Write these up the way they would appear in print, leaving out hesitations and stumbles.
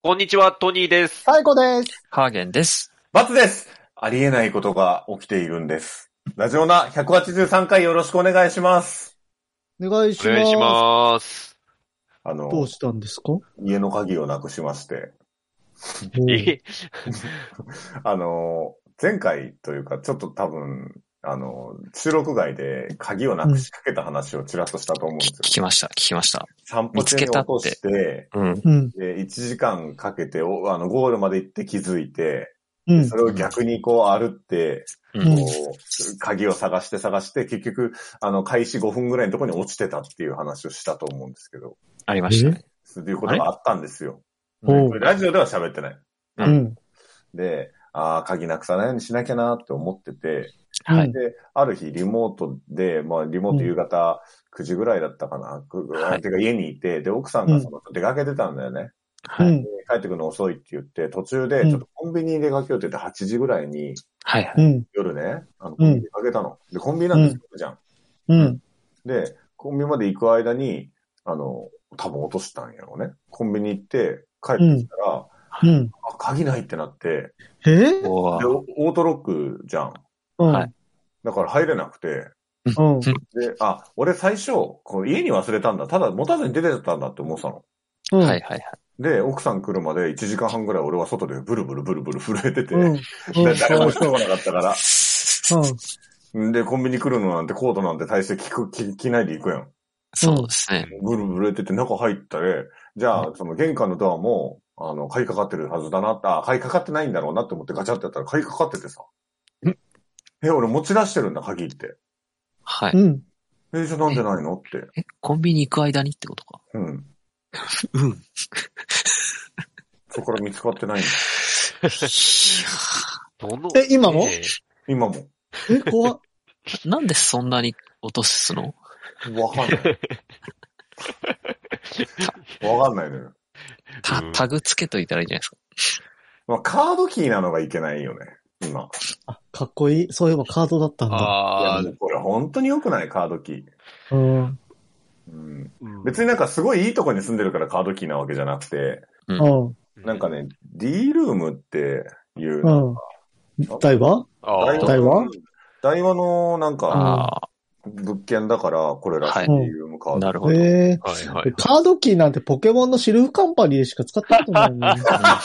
こんにちは、トニーです。 最高です。 ハーゲンです。 バツです。ありえないことが起きているんです。ラジオナ183回よろしくお願いします。 お願いします。 お願いします。 どうしたんですか？ 家の鍵をなくしまして。前回というか、ちょっと多分、収録外で鍵をなくしかけた話をちらっとしたと思うんですよ。 聞きました。 散歩中に落として、で1時間かけてゴールまで行って気づいて、それを逆にこう歩って、鍵を探して、結局、開始5分ぐらいのところに落ちてたっていう話をしたと思うんですけど。 ありましたね。 そういうことがあったんですよ。ラジオでは喋ってない。で、鍵なくさないようにしなきゃなって思ってて、で、ある日リモートで、リモート夕方9時ぐらいだったかな。てか家にいて、で、奥さんが出かけてたんだよね。帰ってくるの遅いって言って、途中でちょっとコンビニに出かけようって言って8時ぐらいに、夜ね、コンビニ出かけたの。で、コンビニなんですよ、じゃん。で、コンビニまで行く間に、多分落としたんやろうね。コンビニ行って帰ってきたら、鍵ないってなって、で、オートロックじゃん。だから入れなくて、で、俺最初、家に忘れたんだ。ただ持たずに出てたんだって思ってたの。で、奥さん来るまで1時間半ぐらい俺は外でブルブル震えてて、誰も人がなかったから。で、コンビニ来るのなんてコートなんて大して着ないで行くやん。 そうですね。 ブルブルって中入ったら、じゃあ、その玄関のドアも、鍵かかってるはずだなって、鍵かかってないんだろうなって思ってガチャってやったら鍵かかっててさ。俺持ち出してるんだ、鍵って。 はい。 じゃあなんでないのって。 コンビニ行く間にってことか。 そこから見つかってないんだ。 今も？ 今も。 怖っ。 なんでそんなに落とすの？ わかんない。わかんないのよ。 タグつけといたらいいじゃないですか。カードキーなのがいけないよね、今。 かっこいい。そういえばカードだったんだ。 いや、これ本当に良くない？カードキー。別になんかすごいいいとこに住んでるからカードキーなわけじゃなくて、なんかね、D ルームっていうのが、 大和のなんか、物件だから、これらしい D ルームカード。 なるほど。 カードキーなんてポケモンのシルフカンパニーでしか使ったことないのに。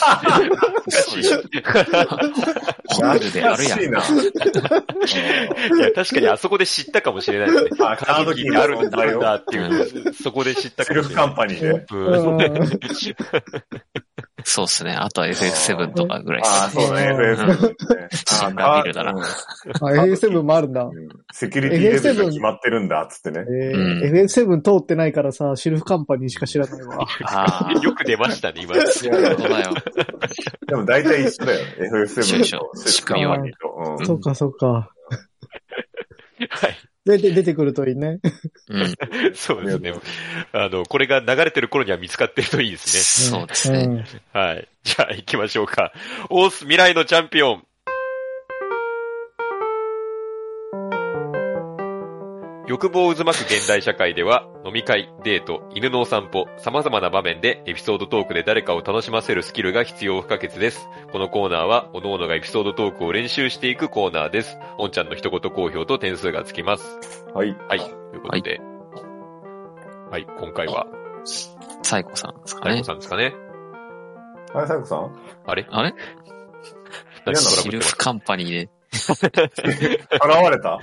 本部であるやん。いや、確かにあそこで知ったかもしれないですね。カードキーあるんだっていう、そこで知ったかもしれない。 シルフカンパニーで。 そうっすね。あとは FF7 とかぐらいっすね。そうね、FF7。 シンガービルだな。 FF7 もあるんだ。 セキュリティレベルが決まってるんだ、つってね。 FF7 通ってないからさ、シルフカンパニーしか知らないわ。 よく出ましたね、今。 本当だよ。 でも大体一緒だよ。FF7 と仕組みは。 そうか。 はい。 出てくるといいね。 そうですね。これが流れてる頃には見つかってるといいですね。そうですね。 はい。じゃあ行きましょうか。オース未来のチャンピオン。欲望渦巻く現代社会では、飲み会、デート、犬のお散歩、様々な場面でエピソードトークで誰かを楽しませるスキルが必要不可欠です。このコーナーは、各々がエピソードトークを練習していくコーナーです。おんちゃんの一言好評と点数がつきます。 はい。 はい。ということで。はい、今回は。 サイコさんですかね。 サイコさんですかね。 サイコさん？ あれシルフカンパニーで。 現れた？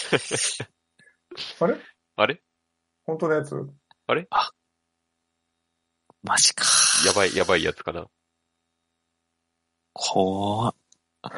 あれ本当のやつ？ マジか。 やばいやつかな。 怖っ。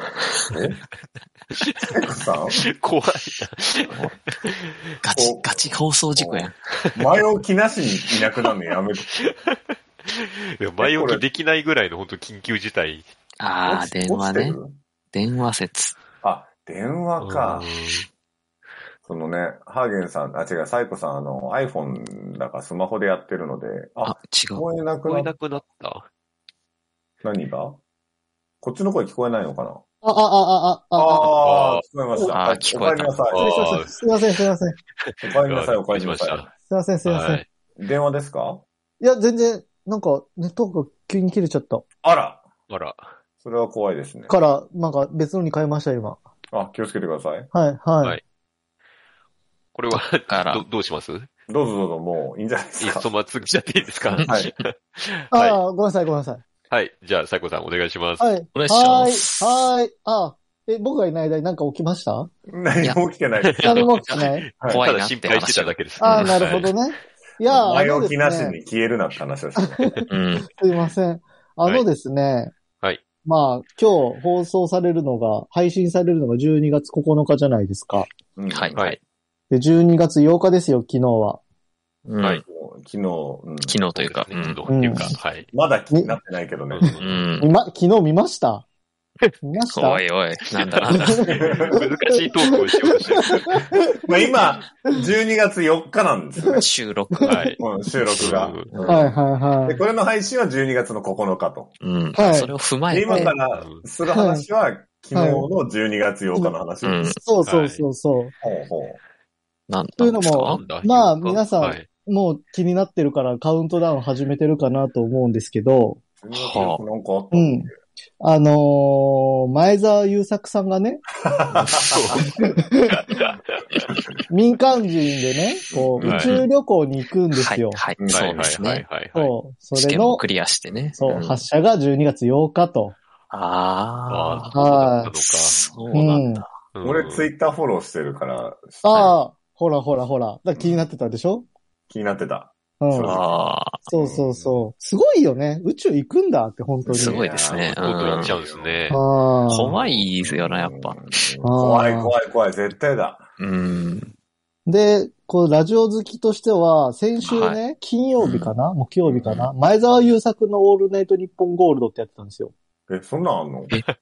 怖いな。ガチ放送事故やん。 前置きなしにいなくなるのやめて。 前置きできないぐらいの本当緊急事態。 電話ね。電話説。 電話か。そのね、ハーゲンさん、サイコさん、iPhone だからスマホでやってるので、 違う。 聞こえなくなった。 何が？こっちの声聞こえないのかな？ 聞こえました。 聞こえた。 すいません。 お帰りなさい。 すいません。 電話ですか？ いや、全然なんかネットが急に切れちゃった。 あら。 あら。 それは怖いですね。 から、なんか別のに変えました、今。 あ、気をつけてください。 はい、はい。 これは、どうします？ どうぞどうぞ、もういいんじゃないですか。 そのまま続けちゃっていいですか？はい。 ああ、ごめんなさい、ごめんなさい。 はい。じゃあ、サイコさんお願いします。 はい。 お願いします。 はい。僕がいない間に何か起きました？ 何も起きてないです。 何も起きてない怖いなただ心配してただけです。 ああ、なるほどね。いや、 前置きなしに消えるなって話ですね。 すいません。ですね。 はい。 まあ、今日放送されるのが、配信されるのが12月9日じゃないですか。 はい。はい。 で、12月8日ですよ、昨日は。 はい。 昨日というか。 昨日というか、はい。 まだ気になってないけどね。 昨日見ました？見ました？ おいおい、なんだ。 難しいトークをしようとしてる。 まあ今、12月4日なんですよ。 収録。 はい。 収録が。 はいはいはい。 で、これの配信は12月の9日と。 はい。それを踏まえて。 今からする話は、昨日の12月8日の話です。 そうそうそうそう。 ほうほう。 というのも、まあ皆さん、もう気になってるからカウントダウン始めてるかなと思うんですけど、前澤友作さんがね、民間人でね、こう、宇宙旅行に行くんですよ。 はい、そうですね。 そう、それの、 試験もクリアしてね。 そう、発射が12月8日と。 はい。そうなんだ。 俺ツイッターフォローしてるから。 ほら。だから気になってたでしょ？ 気になってた。 そうそうそう。すごいよね。宇宙行くんだって本当に。 すごいですね。 行っちゃうんですね。 怖いですよね、やっぱ。 怖い、絶対だ。 で、こう、ラジオ好きとしては、先週ね、金曜日かな木曜日かな前澤友作のオールナイトニッポンゴールドってやってたんですよ。 そんなんあんの？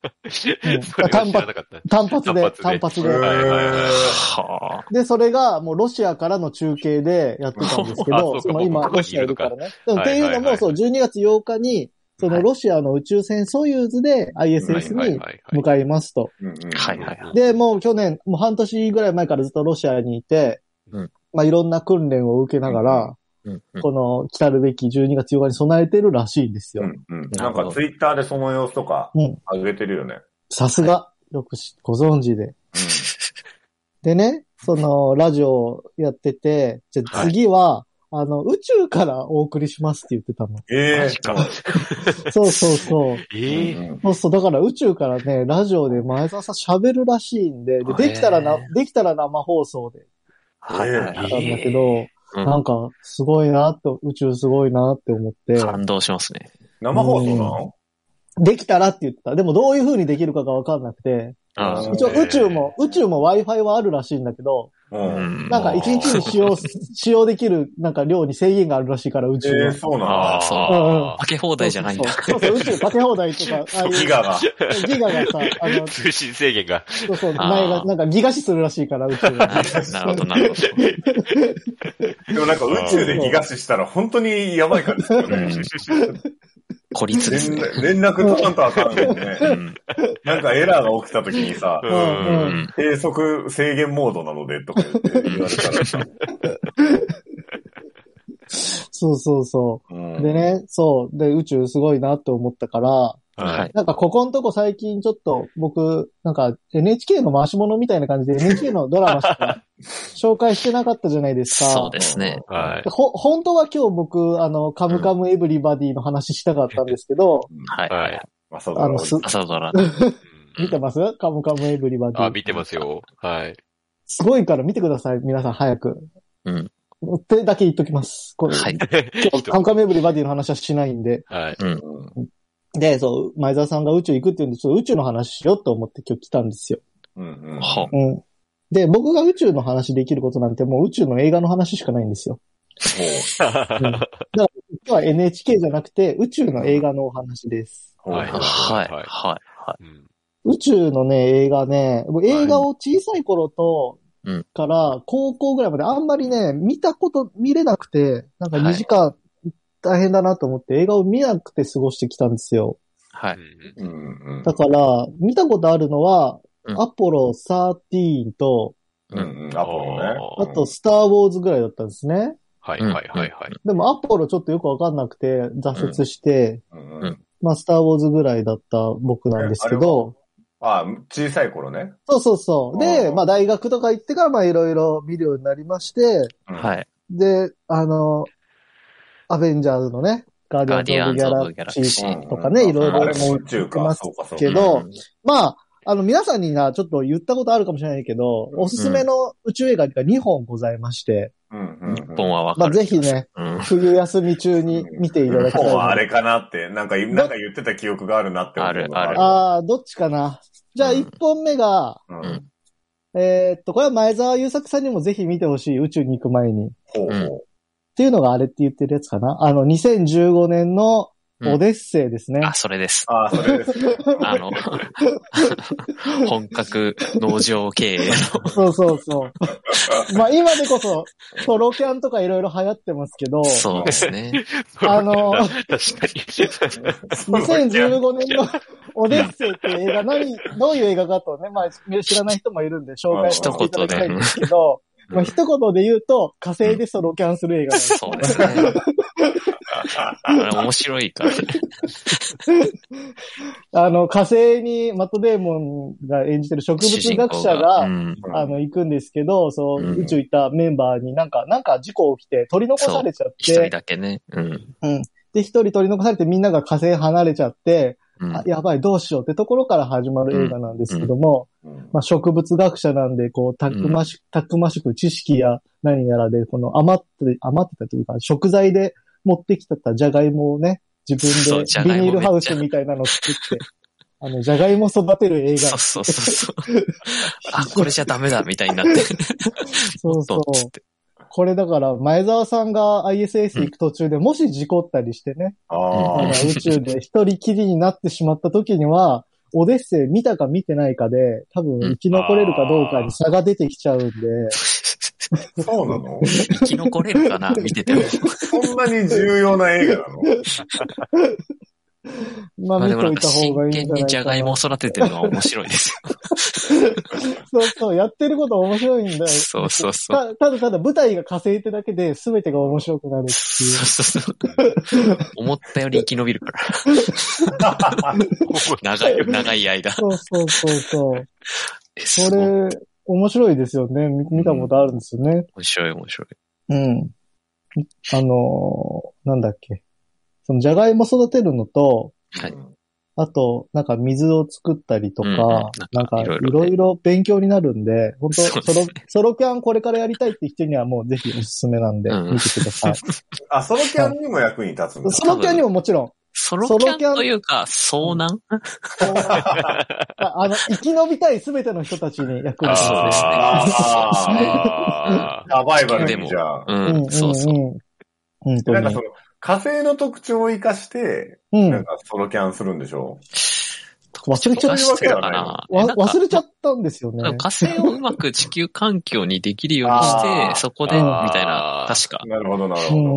単発で。で、それがもうロシアからの中継でやってたんですけど、今ロシアいるからね。っていうのも、そう、12月8日に、そのロシアの宇宙船ソユーズで ISS に向かいますと。で、もう去年、もう半年ぐらい前からずっとロシアにいて、まあいろんな訓練を受けながら、この来たるべき12月8日に備えてるらしいんですよ。 なんかツイッターでその様子とか上げてるよね。 さすが、よくご存知で。でね、そのラジオやってて、じゃあ次は、宇宙からお送りしますって言ってたの。 マジか。 そう。そう、だから宇宙からね、ラジオで前澤さん喋るらしいんで、できたら生放送で。やったんだけど、なんか、すごいなって、宇宙すごいなって思って。 感動しますね。 生放送なの？ できたらって言った。でもどういう風にできるかがわかんなくて。一応宇宙も Wi-Fi はあるらしいんだけど、なんか1日に使用できるなんか量に制限があるらしいから宇宙は。 そうなんだ。 かけ放題じゃないんだ。 そう、宇宙かけ放題とか、 ギガがさ、 通信制限が。 そう、なんかギガ死するらしいから宇宙は。 なるほど。でもなんか宇宙でギガ死したら本当にやばい感じですよね。 孤立ですね。 連絡取らんとあかんよね。なんかエラーが起きた時にさ、低速制限モードなのでとか言われたらさ。 そう。でね、で、宇宙すごいなって思ったから、なんかここのとこ最近ちょっと僕、なんか NHK の回し物みたいな感じで NHK のドラマしか紹介してなかったじゃないですか。 そうですね。 本当は今日僕、カムカムエブリバディの話したかったんですけど、 朝ドラ。 見てますカムカムエブリバディ。 見てますよ。はい。 すごいから見てください。皆さん早く。ってだけ言っときます。今日カムカムエブリバディの話はしないんで。で、そう、前澤さんが宇宙行くって言うんで、ちょっと宇宙の話しようと思って今日来たんですよ。で、僕が宇宙の話できることなんてもう宇宙の映画の話しかないんですよ。だから今日は NHK じゃなくて宇宙の映画のお話です。宇宙のね、映画ね、映画を小さい頃から高校ぐらいまであんまりね、見れなくて、なんか2時間大変だなと思って映画を見なくて過ごしてきたんですよ。だから、見たことあるのは、アポロ13と、 アポロね。 あと、スターウォーズぐらいだったんですね。 はいはいはいはい。 でもアポロちょっとよくわかんなくて挫折して、まあスターウォーズぐらいだった僕なんですけど、 小さい頃ね。 そう。で、まあ大学とか行ってからまあいろいろ見るようになりまして、 はい。 で、アベンジャーズのね、ガーディアンズ・オブ・ギャラクシーとかね、いろいろ。 あれも宇宙か。 ますけど、まあ、皆さんにちょっと言ったことあるかもしれないけど、おすすめの宇宙映画が2本ございまして、 1本はわかる。 まあぜひね、冬休み中に見ていただきたい。 1本はあれかなって、なんか言ってた記憶があるなって思う。 ある。どっちかな。じゃあ1本目が、これは前澤友作さんにもぜひ見てほしい、宇宙に行く前に。っていうのがあれって言ってるやつかな。2015年のオデッセイですね。 それです。 それです。 本格農場経営の。そう。まあ今でこそ、ソロキャンとかいろいろ流行ってますけど。 そうですね。 確かに。 2015年のオデッセイって映画どういう映画かとね、まあ知らない人もいるんで紹介していただきたいんですけど、まあ一言で言うと、火星でソロキャンする映画なんです。 そうですね。面白いからね。 火星にマット・デーモンが演じてる植物学者が、行くんですけど、宇宙行ったメンバーになんか事故起きて取り残されちゃって。 一人だけね。 で、一人取り残されてみんなが火星離れちゃって、やばい、どうしようってところから始まる映画なんですけども、まあ植物学者なんで、たくましく知識や何やらで、余ってたというか、食材で持ってきたジャガイモをね、自分でビニールハウスみたいなのを作って、ジャガイモ育てる映画。 そう。これじゃダメだ、みたいになって。 そう。これだから、前澤さんが ISS 行く途中でもし事故ったりしてね、宇宙で一人きりになってしまった時には、オデッセイ見たか見てないかで、多分生き残れるかどうかに差が出てきちゃうんで。 そうなの？ 生き残れるかな見てても。 そんなに重要な映画なの？ まあ見といた方がいいんじゃないかな。 真剣にジャガイモを育ててるのは面白いですよ。そう、やってること面白いんだよ。 そう。 ただ舞台が火星ってだけで全てが面白くなるっていう。 そう。思ったより生き延びるから。長い間。 そう。それ、面白いですよね。見たことあるんですよね。 面白い。 なんだっけ。そのジャガイモ育てるのと、あと、なんか水を作ったりとか、なんかいろいろ勉強になるんで、本当ソロキャンこれからやりたいって人にはもうぜひおすすめなんで、見てください。 ソロキャンにも役に立つんだ。 ソロキャンにももちろん。 ソロキャンというか、遭難生き延びたいすべての人たちに役に立つ。 そうですね。 サバイバルにじゃあ。 そう。 なんか火星の特徴を生かして、なんかソロキャンするんでしょ？ 忘れちゃったかな。忘れちゃったんですよね。 火星をうまく地球環境にできるようにして、そこで、みたいな、確か。 なるほど。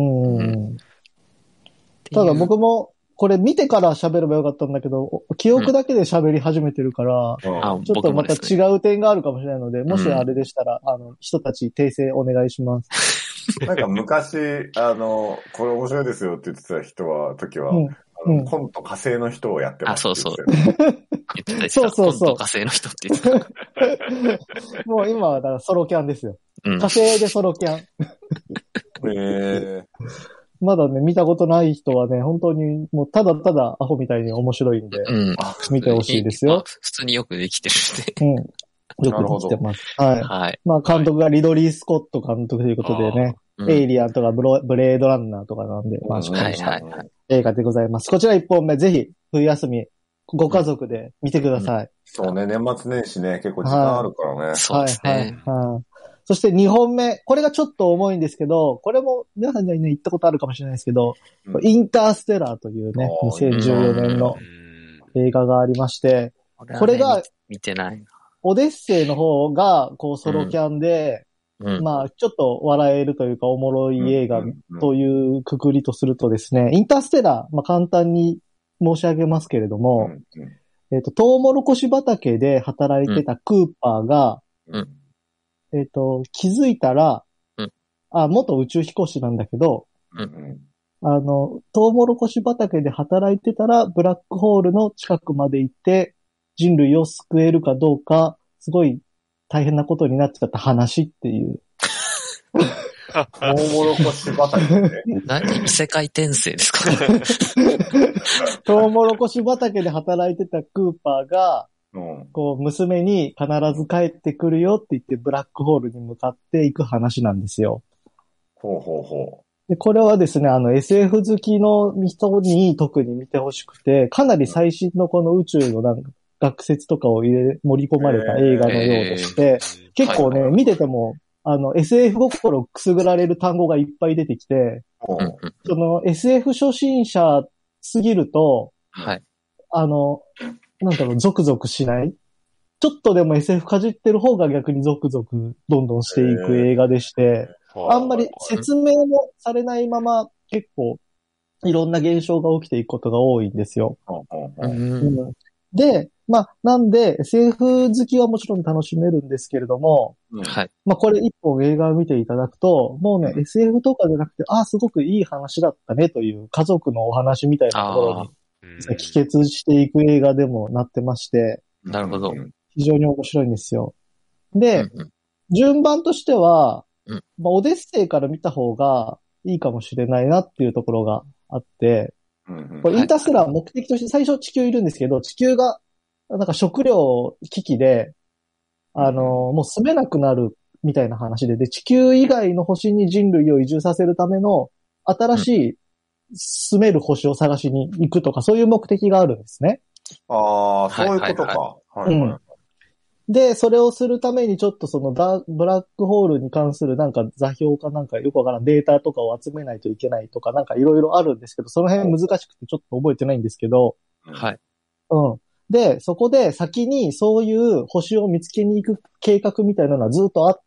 ただ僕も、これ見てから喋ればよかったんだけど、記憶だけで喋り始めてるから、ちょっとまた違う点があるかもしれないので、もしあれでしたら、人たち訂正お願いします。 なんか昔、これ面白いですよって言ってた時は、コント火星の人をやってます。 そう。言ってたりした。コント火星の人って言ってた。もう今はだからソロキャンですよ。火星でソロキャン。まだね、見たことない人はね、本当にもうただただアホみたいに面白いんで、見てほしいですよ。 普通によくできてるんで。 よくできてます。はい。まあ監督がリドリー・スコット監督ということでね、エイリアンとかブレードランナーとかなんで、映画でございます。こちら1本目、ぜひ冬休み、ご家族で見てください。 そうね、年末年始ね、結構時間あるからね。 そうですね。 そして2本目。これがちょっと重いんですけど、これも皆さんにはね、言ったことあるかもしれないですけど、インターステラーというね、2014年の映画がありまして、これが、 見てないな。 オデッセイの方が、ソロキャンで、まあ、ちょっと笑えるというか、おもろい映画というくくりとするとですね、インターステラー、まあ簡単に申し上げますけれども、トウモロコシ畑で働いてたクーパーが、気づいたら、 元宇宙飛行士なんだけど、 うん。 トウモロコシ畑で働いてたら、ブラックホールの近くまで行って、人類を救えるかどうか、すごい大変なことになっちゃった話っていう。 トウモロコシ畑で何異世界転生ですかトウモロコシ畑で働いてたクーパーが、こう、娘に必ず帰ってくるよって言って、ブラックホールに向かっていく話なんですよ。 ほうほうほで、これはですね、SF 好きの人に特に見てほしくて、かなり最新のこの宇宙のなんか、学説とかを盛り込まれた映画のようでして、結構ね、見てても、SF 心をくすぐられる単語がいっぱい出てきて、その SF 初心者すぎると、 はい。 なんだろう、ゾクゾクしないちょっとでも SF かじってる方が逆にゾクゾクどんどんしていく映画でして、あんまり説明もされないまま結構いろんな現象が起きていくことが多いんですよ。で、なんで SF 好きはもちろん楽しめるんですけれども、 はい。 これ一本映画を見ていただくと、もうね、SF とかじゃなくて、すごくいい話だったねという家族のお話みたいなところに帰結していく映画でもなってまして、 なるほど。 非常に面白いんですよ。で、順番としては、オデッセイから見た方がいいかもしれないなっていうところがあって、これインターステラー目的として最初地球いるんですけど、地球がなんか食料危機で、もう住めなくなるみたいな話で、地球以外の星に人類を移住させるための新しい住める星を探しに行くとか、そういう目的があるんですね。 そういうことか。 で、それをするためにちょっとそのブラックホールに関するなんか座標かなんかよくわからんデータとかを集めないといけないとかなんかいろいろあるんですけど、その辺難しくてちょっと覚えてないんですけど。 はい。 で、そこで先にそういう星を見つけに行く計画みたいなのはずっとあって、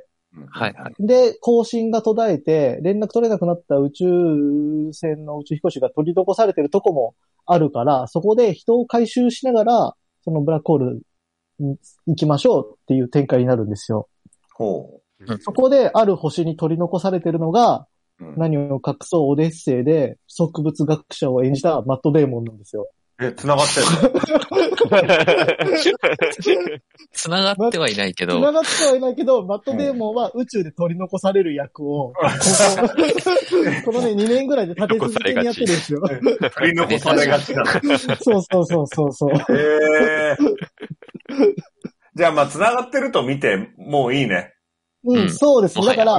はいはい。 で、交信が途絶えて、連絡取れなくなった宇宙船の宇宙飛行士が取り残されてるとこもあるから、そこで人を回収しながら、そのブラックホールに行きましょうっていう展開になるんですよ。そこである星に取り残されてるのが、何を隠そうオデッセイで植物学者を演じたマット・デーモンなんですよ。 繋がってる繋がってはいないけど。 繋がってはいないけど、マット・デーモンは宇宙で取り残される役を、このね、2年ぐらいで立て続けにやってるんですよ。 取り残されがちなの。 そう。 じゃあ繋がってると見て、もういいね。 そうです。だから、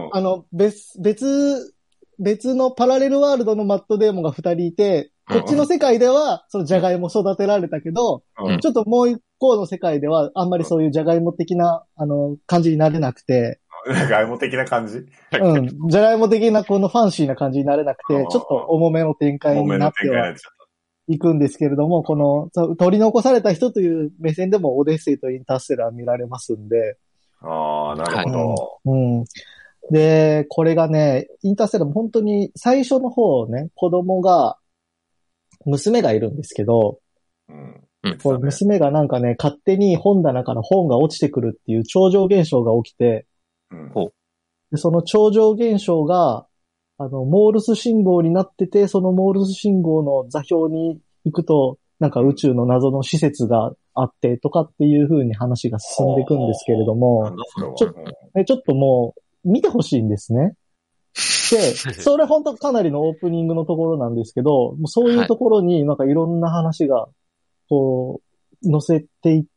別のパラレルワールドのマットデーモンが2人いて、こっちの世界では、そのジャガイモ育てられたけど、ちょっともう一方の世界では、あんまりそういうジャガイモ的な、感じになれなくて。 ジャガイモ的な感じ？ ジャガイモ的なこのファンシーな感じになれなくて、ちょっと重めの展開になってはいくんですけれども、この、取り残された人という目線でもオデッセイとインターステラー見られますんで。 なるほど。 で、これがね、インターステラーも本当に最初の方ね、娘がいるんですけど、これ娘がなんかね、勝手に本棚から本が落ちてくるっていう超常現象が起きて、でその超常現象が、モールス信号になってて、そのモールス信号の座標に行くと、なんか宇宙の謎の施設があってとかっていう風に話が進んでいくんですけれども、ちょっともう見てほしいんですね。で、それ本当かなりのオープニングのところなんですけど、もうそういうところになんかいろんな話が、こう、載せていって、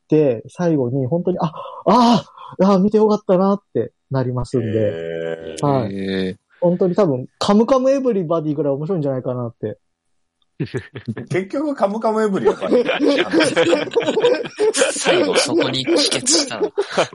最後に本当に、見てよかったなってなりますんで、本当に多分、カムカムエブリバディぐらい面白いんじゃないかなって。 結局、カムカムエブリバディ。 最後そこに帰結した。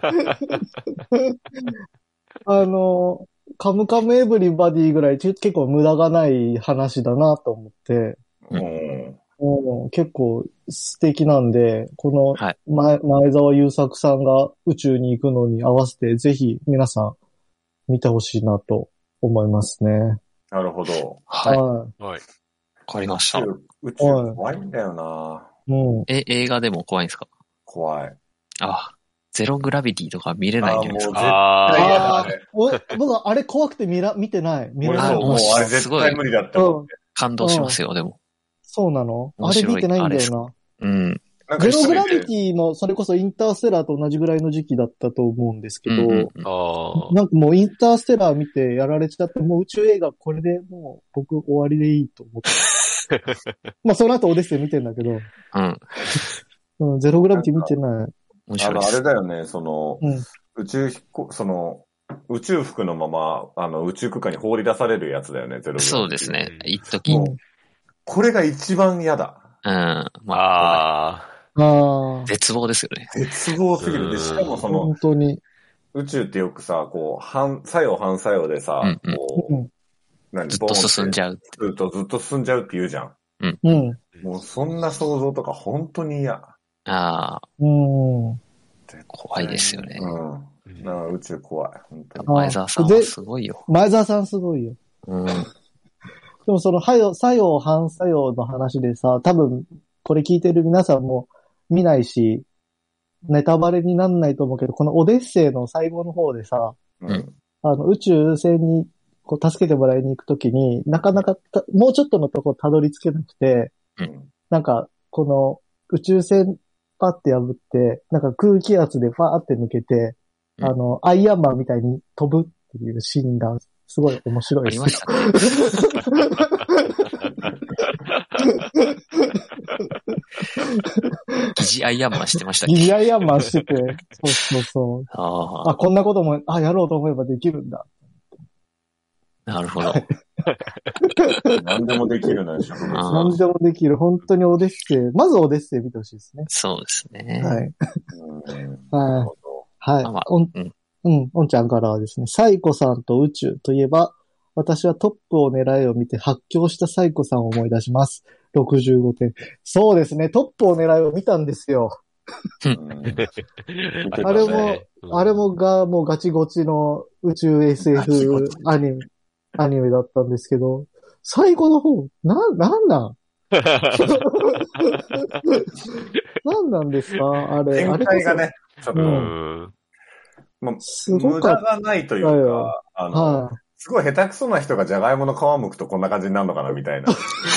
カムカムエブリバディぐらい結構無駄がない話だなと思って、結構素敵なんで、この前澤友作さんが宇宙に行くのに合わせてぜひ皆さん見てほしいなと思いますね。 なるほど。 わかりました。 宇宙怖いんだよな。 映画でも怖いんですか？ 怖い。 ゼログラビティとか見れないんじゃないですか。 僕あれ怖くて見てない。 もうあれ絶対無理だって思って。 感動しますよ、でも。 そうなの？あれ見てないんだよな。うん。 ゼログラビティもそれこそインターステラーと同じぐらいの時期だったと思うんですけど、なんかもうインターステラー見てやられちゃって、もう宇宙映画これでもう僕終わりでいいと思って。まあその後オデッセイ見てんだけど、うん、ゼログラビティ見てない。 あれだよね、宇宙服のまま、宇宙空間に放り出されるやつだよね、ゼログラビティ。 そうですね、一時。 これが一番嫌だ。 絶望ですよね。 絶望すぎる。で、しかも本当に。 宇宙ってよくさ、こう、作用反作用でさ、 ずっと進んじゃう。 ずっと進んじゃうって言うじゃん。もうそんな想像とか本当に嫌。 怖いですよね。 宇宙怖い。本当に。 前澤さんはすごいよ。 前澤さんすごいよ。でもその作用反作用の話でさ、多分これ聞いてる皆さんも見ないし、ネタバレになんないと思うけど、このオデッセイの最後の方でさ、宇宙船にこう助けてもらいに行くときになかなかもうちょっとのとこたどり着けなくて、なんかこの宇宙船パッて破って、なんか空気圧でパーって抜けて、アイアンマンみたいに飛ぶっていうシーンがすごい面白いです。ありましたね。 疑似アイアンマンしてましたっけ？ 疑似アイアンマンしてて、そう。こんなことも、やろうと思えばできるんだ。 なるほど。 何でもできるな、 何でもできる。本当にオデッセイ。まずオデッセイ見てほしいですね。 そうですね。 はい。おんちゃんからはですね、サイコさんと宇宙といえば、私はトップを狙えを見て発狂したサイコさんを思い出します。65点。そうですね、トップを狙いを見たんですよ。あれももうガチゴチの宇宙 SF アニメだったんですけど、最後の方、なんなんなんですかあれ。 展開がね、ちょっと、無駄がないというか、すごい下手くそな人がジャガイモの皮むくとこんな感じになるのかなみたいな。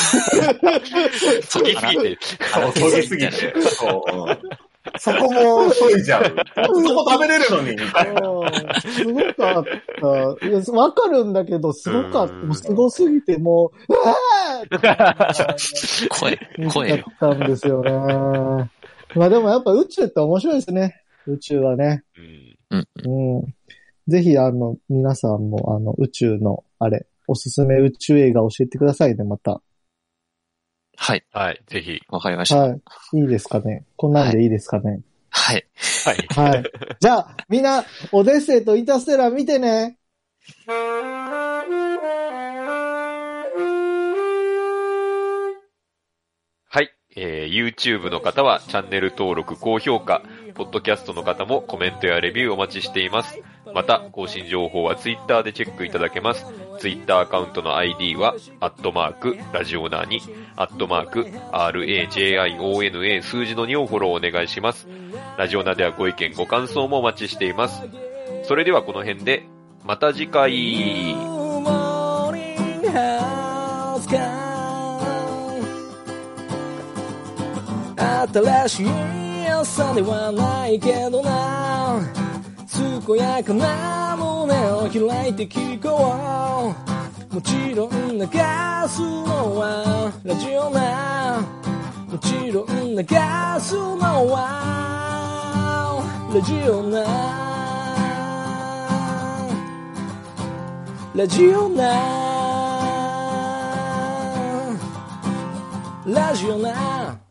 そぎすぎて。 そぎすぎて。そこも削いじゃう。そこ食べれるのに、みたいな。 すごかった。いや、わかるんだけど、すごかった。もうすごすぎて、もう、 声だったんですよね。まあでもやっぱ宇宙って面白いですね。宇宙はね。ぜひ皆さんも宇宙のおすすめ宇宙映画教えてくださいね、また。 はい。 はい、ぜひ。 わかりました。 はい。いいですかね。こんなんでいいですかね。 はい。 はい。じゃあ、みんな、オデッセイとインターステラー見てね。 はい。YouTube の方はチャンネル登録、高評価、ポッドキャストの方もコメントやレビューお待ちしています。また、更新情報は Twitter でチェックいただけます。Twitter アカウントの ID は、ラジオナーに、RAJIONA 数字の2をフォローお願いします。ラジオナではご意見、ご感想もお待ちしています。それではこの辺で、また次回。 新しい朝ではないけどな、健やかな胸を開いて聞こう。もちろん流すのはラジオな、もちろん流すのはラジオな、ラジオな、ラジオな。